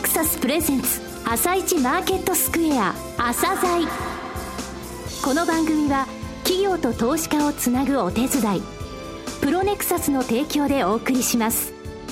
クサスプレゼンツ朝市マーケットスクエア朝鮮。この番組は企業と投資家をつなぐお手伝い、プロネクサスの提供でお送りします。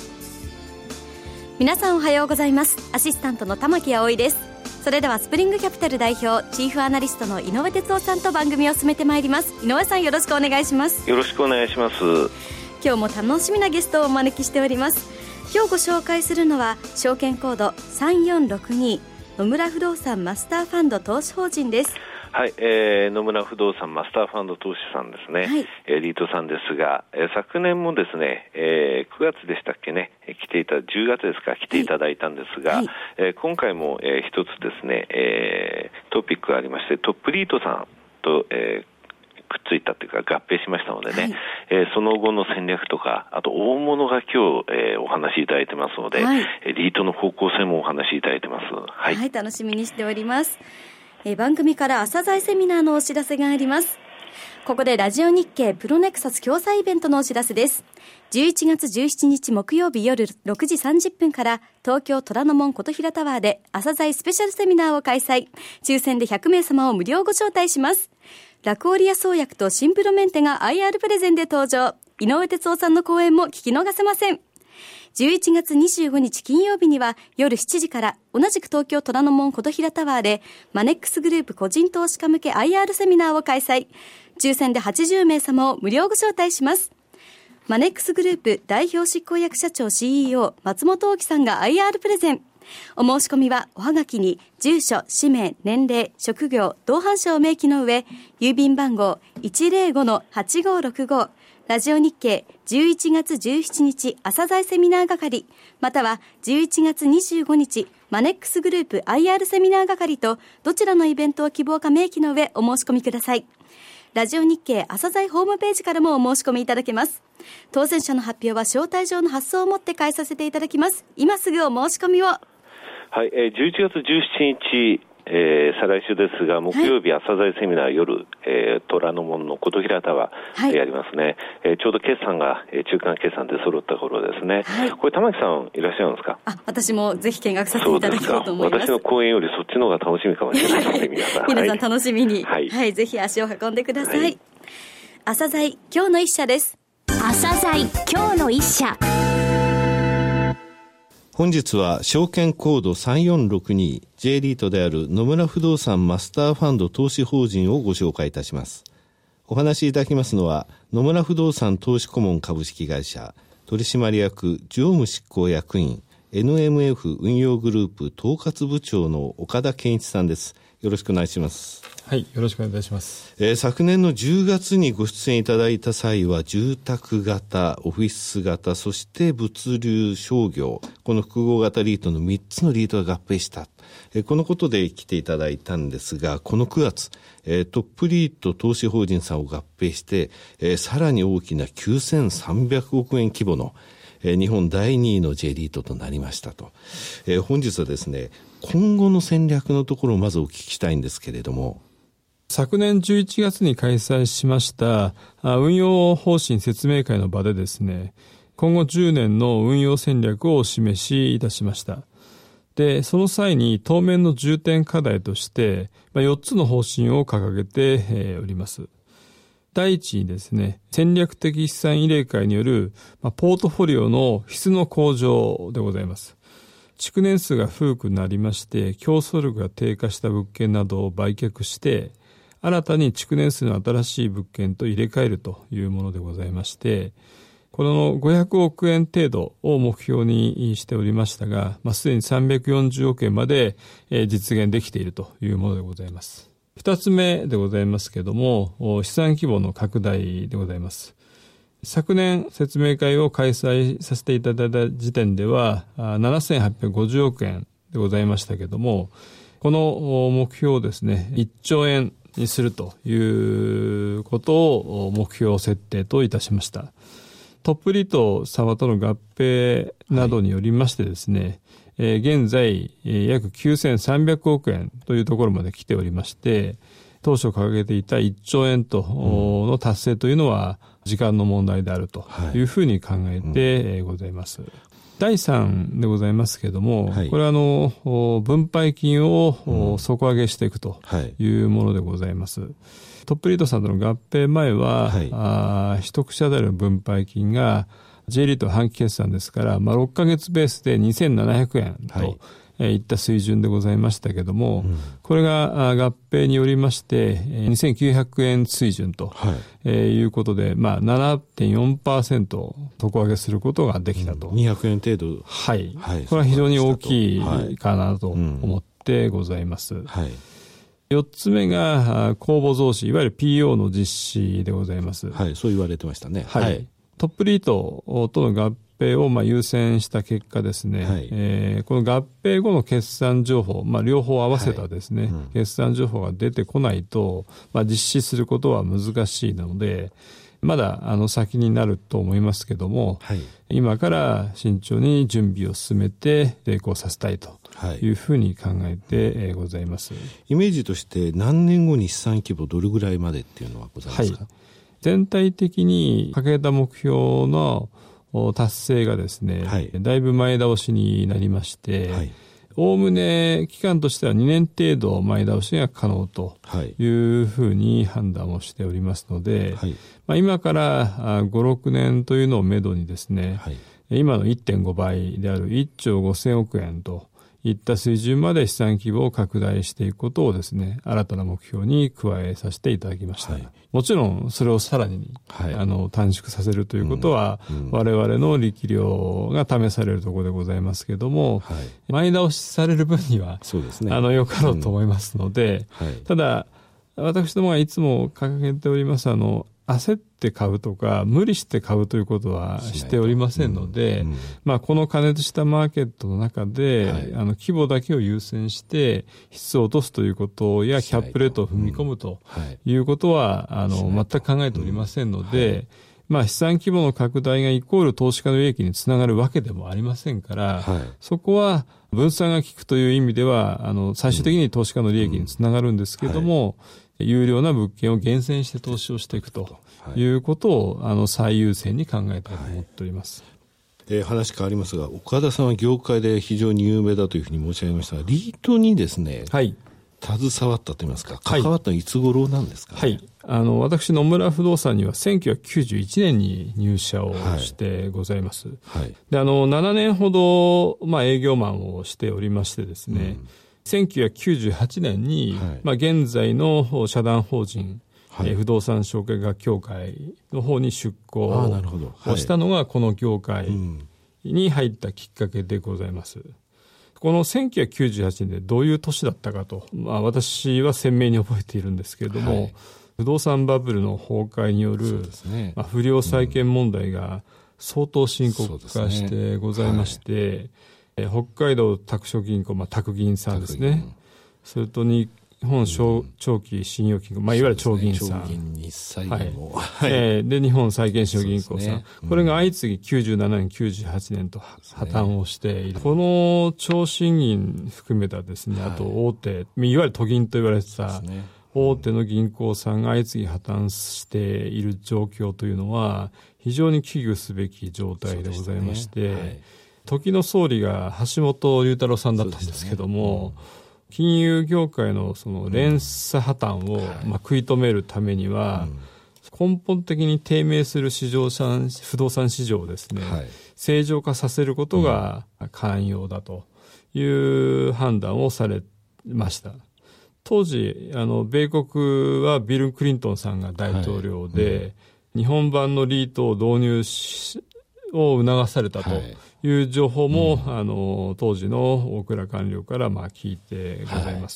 皆さんおはようございます。アシスタントの玉木葵です。それではスプリングキャピタル代表チーフアナリストの井上哲夫さんと番組を進めてまいります。井上さん、よろしくお願いします。 よろしくお願いします。 今日も楽しみなゲストをお招きしております。今日ご紹介するのは証券コード3462野村不動産マスターファンド投資法人です。 はい、野村不動産マスターファンド投資さんですね、はい、リートさんですが、昨年もですね、9月でしたっけね、10月ですか、来ていただいたんですが、はい、今回も、一つですね、トピックがありまして、トップリートさんと、くっついたというか合併しましたのでね、はい、その後の戦略とか、あと大物が今日、お話しいただいてますので、はい、リートの方向性もお話しいただいてます。はい、 はい、楽しみにしております。番組から朝鮮セミナーのお知らせがあります。ここでラジオ日経プロネクサス共催イベントのお知らせです。11月17日木曜日夜6時30分から東京虎ノ門琴平タワーで朝鮮スペシャルセミナーを開催。抽選で100名様を無料ご招待します。ラクオリア創薬とシンプロメンテが IR プレゼンで登場。井上哲夫さんの講演も聞き逃せません。11月25日金曜日には夜7時から同じく東京虎ノ門琴平タワーでマネックスグループ個人投資家向け IR セミナーを開催。抽選で80名様を無料ご招待します。マネックスグループ代表執行役社長 CEO 松本大樹さんが IR プレゼン。お申し込みはおはがきに住所、氏名、年齢、職業、同伴者を明記の上、郵便番号 105-8565 ラジオ日経11月17日朝鮮セミナー係、または11月25日マネックスグループ IR セミナー係とどちらのイベントを希望か明記の上お申し込みください。ラジオ日経朝鮮ホームページからもお申し込みいただけます。当選者の発表は招待状の発送をもって返させていただきます。今すぐお申し込みを。 はい、11月17日再来週ですが木曜日、朝鮮セミナー夜、虎ノ門の琴平タワー、やりますね。ちょうど決算が、中間決算で揃った頃ですね。はい、これ玉木さんいらっしゃるんですか？ 私もぜひ見学させていただこうと思います。 私の講演よりそっちの方が楽しみかもしれないので皆さん楽しみに、はいはい、ぜひ足を運んでください。はい、朝鮮今日の一社です。 朝鮮今日の一社。 本日は証券コード3462 J リートである野村不動産マスターファンド投資法人をご紹介いたします。お話しいただきますのは野村不動産投資顧問株式会社取締役常務執行役員 NMF 運用グループ統括部長の岡田健一さんです。よろしくお願いします。 はい、よろしくお願いいたします。 昨年の10月にご出演いただいた際は住宅型、オフィス型、そして物流商業、この複合型リートの3つのリートが合併した。このことで来ていただいたんですが、この9月、トップリート投資法人さんを合併して、さらに大きな9300億円規模の日本第2位の J リートとなりましたと。本日はですね、今後の戦略のところをまずお聞きしたいんですけれども。 昨年11月に開催しました運用方針説明会の場でですね、今後10年の運用戦略をお示しいたしました。で、その際に当面の重点課題として4つの方針を掲げております。第一にですね、戦略的資産入れ替えによるポートフォリオの質の向上でございます。築年数が古くなりまして競争力が低下した物件などを売却して新たに築年数の新しい物件と入れ替えるというものでございまして、この500億円程度を目標にしておりましたが、すでに340億円まで実現できているというものでございます。二つ目でございますけれども、資産規模の拡大でございます。昨年説明会を開催させていただいた時点では7850億円でございましたけれども、この目標をですね、1兆円にするということを目標設定といたしました。トップリート様との合併などによりましてですね、現在約9300億円というところまで来ておりまして、当初掲げていた1兆円との達成というのは時間の問題であるというふうに考えてございます。 第3でございますけれども、はい、これは分配金を底上げしていくというものでございます。トップリードさんとの合併前は、はい、一口当たりの分配金が J リート半期決算ですから、6ヶ月ベースで2700円と、はいいった水準でございましたけども、これが合併によりまして2900円水準ということで、7.4% 底上げすることができたと。 200円程度。 はい。これは非常に大きいかなと思ってございます。はい。4つ目が公募増資、いわゆる PO の実施でございます。 はい、そう言われてましたね。 はい。トップリートとの合併を優先した結果ですね、はいこの合併後の決算情報、両方合わせたですね、決算情報が出てこないと、実施することは難しいので、まだ先になると思いますけども、はい、今から慎重に準備を進めて成功させたいというふうに考えてございます。 イメージとして何年後に資産規模どれぐらいまでっていうのはございますか？はい、 全体的に掲げた目標の達成がですね、はい、だいぶ前倒しになりまして、おおむね期間としては2年程度前倒しが可能というふうに判断をしておりますので、はい今から5、6年というのをめどにですね、はい、今の 1.5 倍である1兆5000億円といった水準まで資産規模を拡大していくことをですね、新たな目標に加えさせていただきました。はい、もちろんそれをさらに、はい、短縮させるということは、我々の力量が試されるところでございますけれども、はい、前倒しされる分には、そうですね、よかろうと思いますので、はい、ただ、私どもがいつも掲げております、焦って買うとか無理して買うということはしておりませんので、この過熱したマーケットの中で、はい、規模だけを優先して質を落とすということやキャップレートを踏み込むということは、全く考えておりませんので、資産規模の拡大がイコール投資家の利益につながるわけでもありませんから、はい、そこは分散が効くという意味では最終的に投資家の利益につながるんですけれども、有料な物件を厳選して投資をしていくということを最優先に考えたいと思っております。 話変わりますが、岡田さんは業界で非常に有名だというふうに申し上げましたが、リートにですね、はい、携わったといいますか、関わったのはいつ頃なんですかね？はい、 私野村不動産には1991年に入社をしてございます。はいはい、で7年ほど、営業マンをしておりましてですね、1998年に、現在の社団法人、不動産証券学協会の方に出向をしたのがこの業界に入ったきっかけでございます。この1998年でどういう年だったかと、私は鮮明に覚えているんですけれども、不動産バブルの崩壊による、不良債権問題が相当深刻化してございまして、北海道拓殖銀行、拓銀さんですね。それと日本長期信用金庫、いわゆる長銀さん。長銀日債銀も。で、日本債券信用銀行さん。これが相次ぎ97年、98年と破綻をしている。この長信銀含めたですね、あと大手、いわゆる都銀と言われてた大手の銀行さんが相次ぎ破綻している状況というのは、非常に危惧すべき状態でございまして、時の総理が橋本龍太郎さんだったんですけども、金融業界のその連鎖破綻を食い止めるためには、根本的に低迷する不動産市場をですね、正常化させることが肝要だという判断をされました。当時米国はビル・クリントンさんが大統領で、日本版のリートを導入を促されたという情報も、当時の大蔵官僚から聞いてございます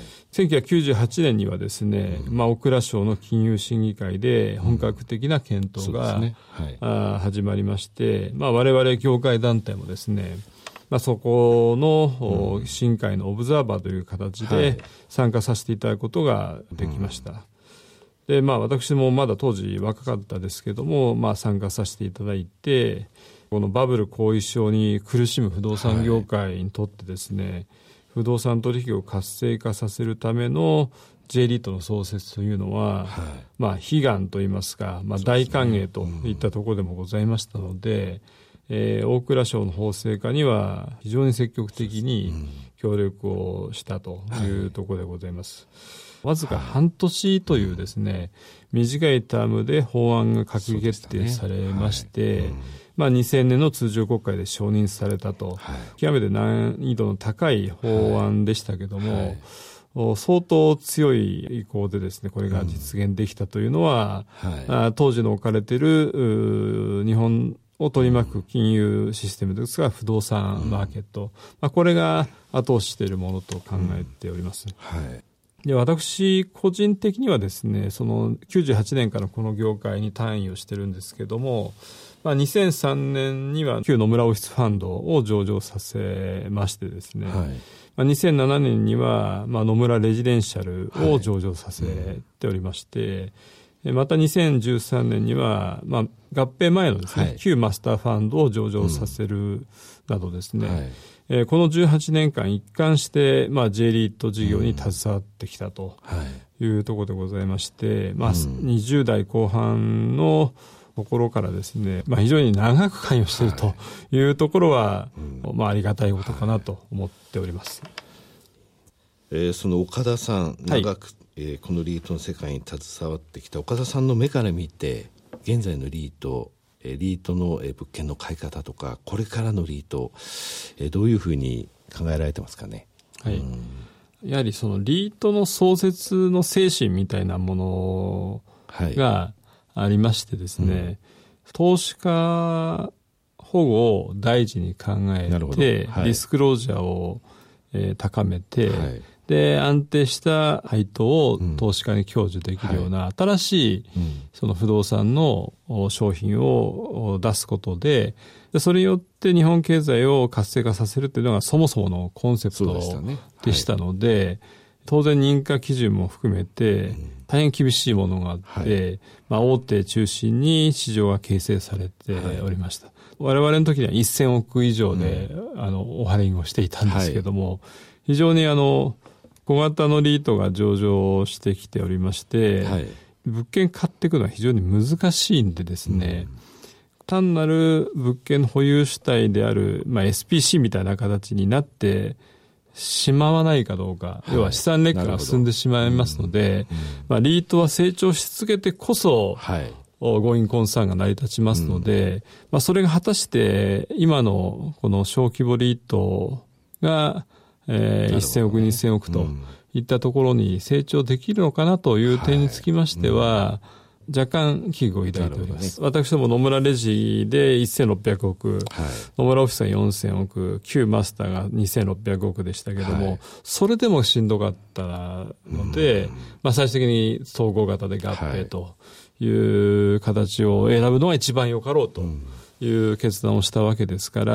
。1998年にはですね、大蔵省の金融審議会で本格的な検討が、始まりまして、我々業界団体もですね、そこの審会のオブザーバーという形で参加させていただくことができました。で、私もまだ当時若かったですけども、参加させていただいて、このバブル後遺症に苦しむ不動産業界にとってですね、不動産取引を活性化させるための J リートの創設というのは、悲願といいますか、大歓迎といったところでもございましたので、 大蔵省の法制化には非常に積極的に協力をしたというところでございます。わずか半年というですね、短いタームで法案が閣議決定されまして、2000年の通常国会で承認されたと、極めて難易度の高い法案でしたけども、相当強い意向でですね、これが実現できたというのは、当時の置かれている日本を取り巻く金融システムですが、不動産マーケット、これが後押ししているものと考えております。で、私個人的にはですね、その98年からこの業界に単位をしてるんですけども、2003年には旧野村オフィスファンドを上場させましてですね、2007年には野村レジデンシャルを上場させておりまして、また2013年には、合併前のですね、旧マスターファンドを上場させるなどですね、この18年間一貫して、J リート事業に携わってきたというところでございまして、20代後半のところからですね、非常に長く関与しているというところは、ありがたいことかなと思っております。 その岡田さん、長く、このリートの世界に携わってきた岡田さんの目から見て、現在のリートの物件の買い方とか、これからのリート、どういうふうに考えられてますかね。 やはりそのリートの創設の精神みたいなものがありましてですね、投資家保護を大事に考えて、リスクロージャーを、高めて、で安定した配当を投資家に享受できるような新しいその不動産の商品を出すことで、それによって日本経済を活性化させるというのがそもそものコンセプトでしたので、当然認可基準も含めて大変厳しいものがあって、大手中心に市場が形成されておりました。我々の時には1000億以上で、オファリングをしていたんですけども、非常に小型のリートが上場してきておりまして、物件買っていくのは非常に難しいんでですね、単なる物件の保有主体である、SPC みたいな形になってしまわないかどうか、要は資産劣化が進んでしまいますので、リートは成長し続けてこそ、ゴーインコンサーンが成り立ちますので、それが果たして今のこの小規模リートが1000億、2000億といったところに成長できるのかなという点につきましては、若干危惧を抱いております。私ども野村レジで1600億、野村オフィスは4000億、旧マスターが2600億でしたけども、それでもしんどかったので、最終的に総合型で合併という形を選ぶのが一番よかろうという決断をしたわけですから、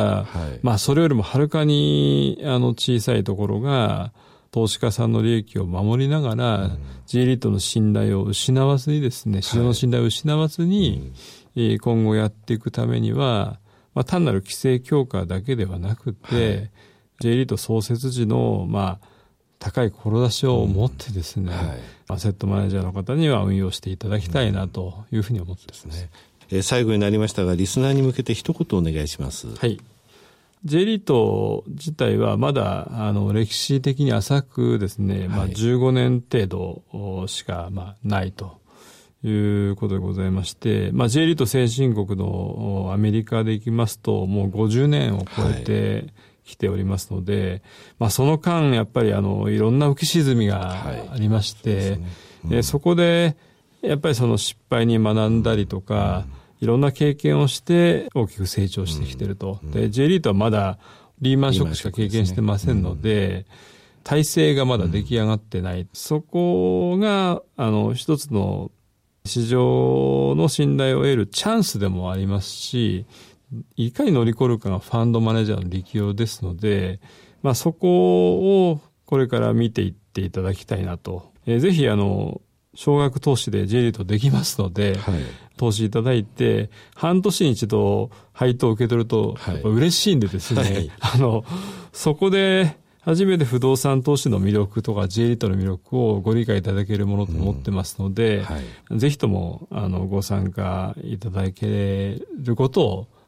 それよりもはるかに小さいところが投資家さんの利益を守りながら、J リートの信頼を失わずにですね、市場の信頼を失わずに、今後やっていくためには、単なる規制強化だけではなくて、J リート創設時の高い志を持ってですね、アセットマネージャーの方には運用していただきたいなというふうに思っています。 最後になりましたが、リスナーに向けて一言お願いします。 J リート自体はまだ歴史的に浅くですね、15年程度しかないということでございまして、J リート先進国のアメリカでいきますともう50年を超えてきておりますので、その間やっぱりいろんな浮き沈みがありまして、そこでやっぱりその失敗に学んだりとか、いろんな経験をして大きく成長してきていると。で、J リートはまだリーマンショックしか経験してませんので、体制がまだ出来上がってない。そこが、一つの市場の信頼を得るチャンスでもありますし、いかに乗り越えるかがファンドマネージャーの力量ですので、そこをこれから見ていっていただきたいなと。ぜひ、少額投資で J リートできますので、投資いただいて、半年に一度配当を受け取ると、やっぱ嬉しいんでですね、そこで初めて不動産投資の魅力とか J リートの魅力をご理解いただけるものと思ってますので、ぜひともご参加いただけることを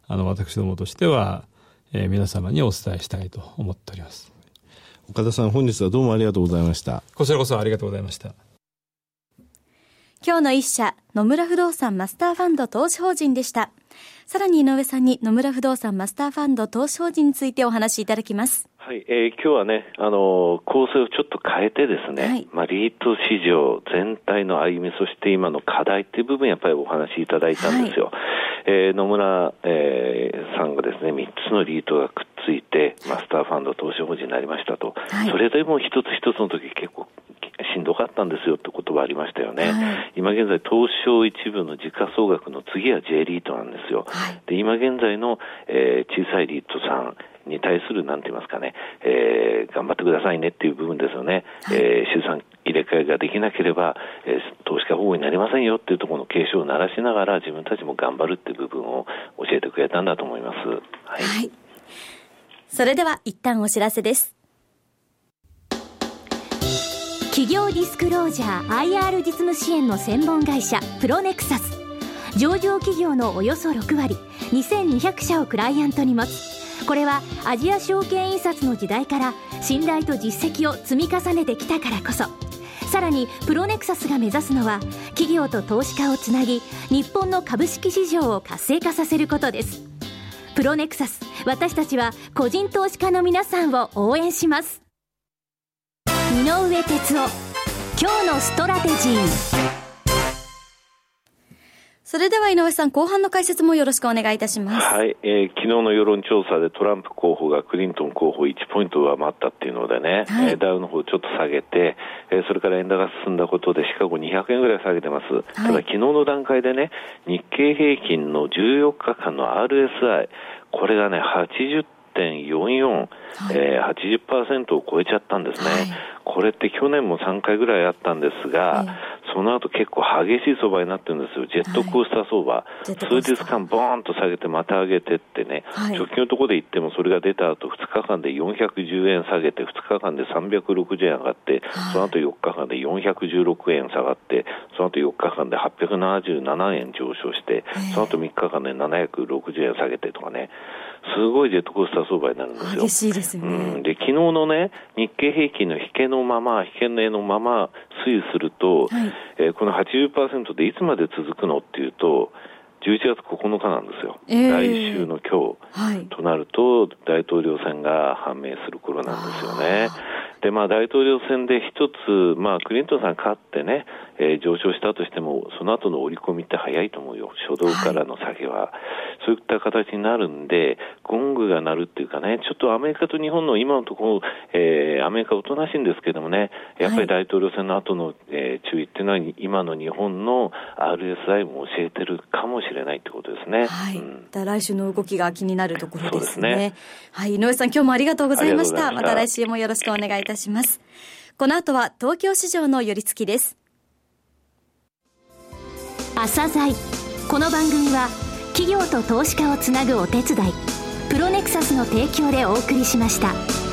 私どもとしては、皆様にお伝えしたいと思っております。 岡田さん、本日はどうもありがとうございました。 こちらこそありがとうございました。 今日の一社、野村不動産マスターファンド投資法人でした。さらに井上さんに野村不動産マスターファンド投資法人についてお話しいただきます。 はい、今日はね、構成をちょっと変えてですね、はい、リート市場全体の歩み、そして今の課題っていう部分やっぱりお話しいただいたんですよ。はい、野村、さんがですね、3つのリートがくっついてマスターファンド投資法人になりましたと。はい、それでも一つ一つの時結構しんどかったんですよって言葉ありましたよね。はい、今現在東証一部の時価総額の次は J リートなんですよ。はい、で今現在の、小さいリートさんに対するなんて言いますかね、頑張ってくださいねっていう部分ですよね。はい、資産入れ替えができなければ、投資家保護になりませんよっていうところの警鐘を鳴らしながら自分たちも頑張るっていう部分を教えてくれたんだと思います。はい。 はい、それでは一旦お知らせです。 企業ディスクロージャー IR 実務支援の専門会社プロネクサス。上場企業のおよそ6割2200社をクライアントに持つ。これはアジア証券印刷の時代から信頼と実績を積み重ねてきたからこそ。さらにプロネクサスが目指すのは企業と投資家をつなぎ日本の株式市場を活性化させることです。プロネクサス、私たちは個人投資家の皆さんを応援します。井上哲夫、今日のストラテジー。 それでは井上さん、後半の解説もよろしくお願いいたします。 はい、昨日の世論調査でトランプ候補がクリントン候補1ポイント上回ったっていうのでね、はい、ダウの方ちょっと下げて、それから円高が進んだことでシカゴ200円ぐらい下げてます。はい、ただ昨日の段階でね、日経平均の14日間の RSI、これがね 80.44、80% を超えちゃったんですね。はい、これって去年も3回ぐらいあったんですが、その後結構激しい相場になってるんですよ。ジェットコースター相場、数日間ボーンと下げてまた上げてってね、直近のところで言ってもそれが出た後2日間で410円下げて、2日間で360円上がって、その後4日間で416円下がって、その後4日間で877円上昇して、その後3日間で760円下げてとかね、すごいジェットコースター相場になるんですよ。 激しいですよね。 で昨日のね、日経平均の引けのまま推移すると、この 80% でいつまで続くのっていうと11月9日なんですよ。来週の今日、となると大統領選が判明する頃なんですよね。で大統領選で一つ、クリントンさん勝ってね、上昇したとしてもその後の織り込みって早いと思うよ。初動からの下げは、そういった形になるんで、ゴングが鳴るっていうかね、ちょっとアメリカと日本の今のところ、アメリカおとなしいんですけどもね、やっぱり大統領選の後の、注意っていうのは今の日本の RSI も教えてるかもしれないってことですね。 はい。来週の動きが気になるところですね。そうですね。はい。井上さん、今日もありがとうございました。また来週もよろしくお願いいたします。この後は東京市場の寄り付きです。 朝鮮。この番組は企業と投資家をつなぐお手伝いプロネクサスの提供でお送りしました。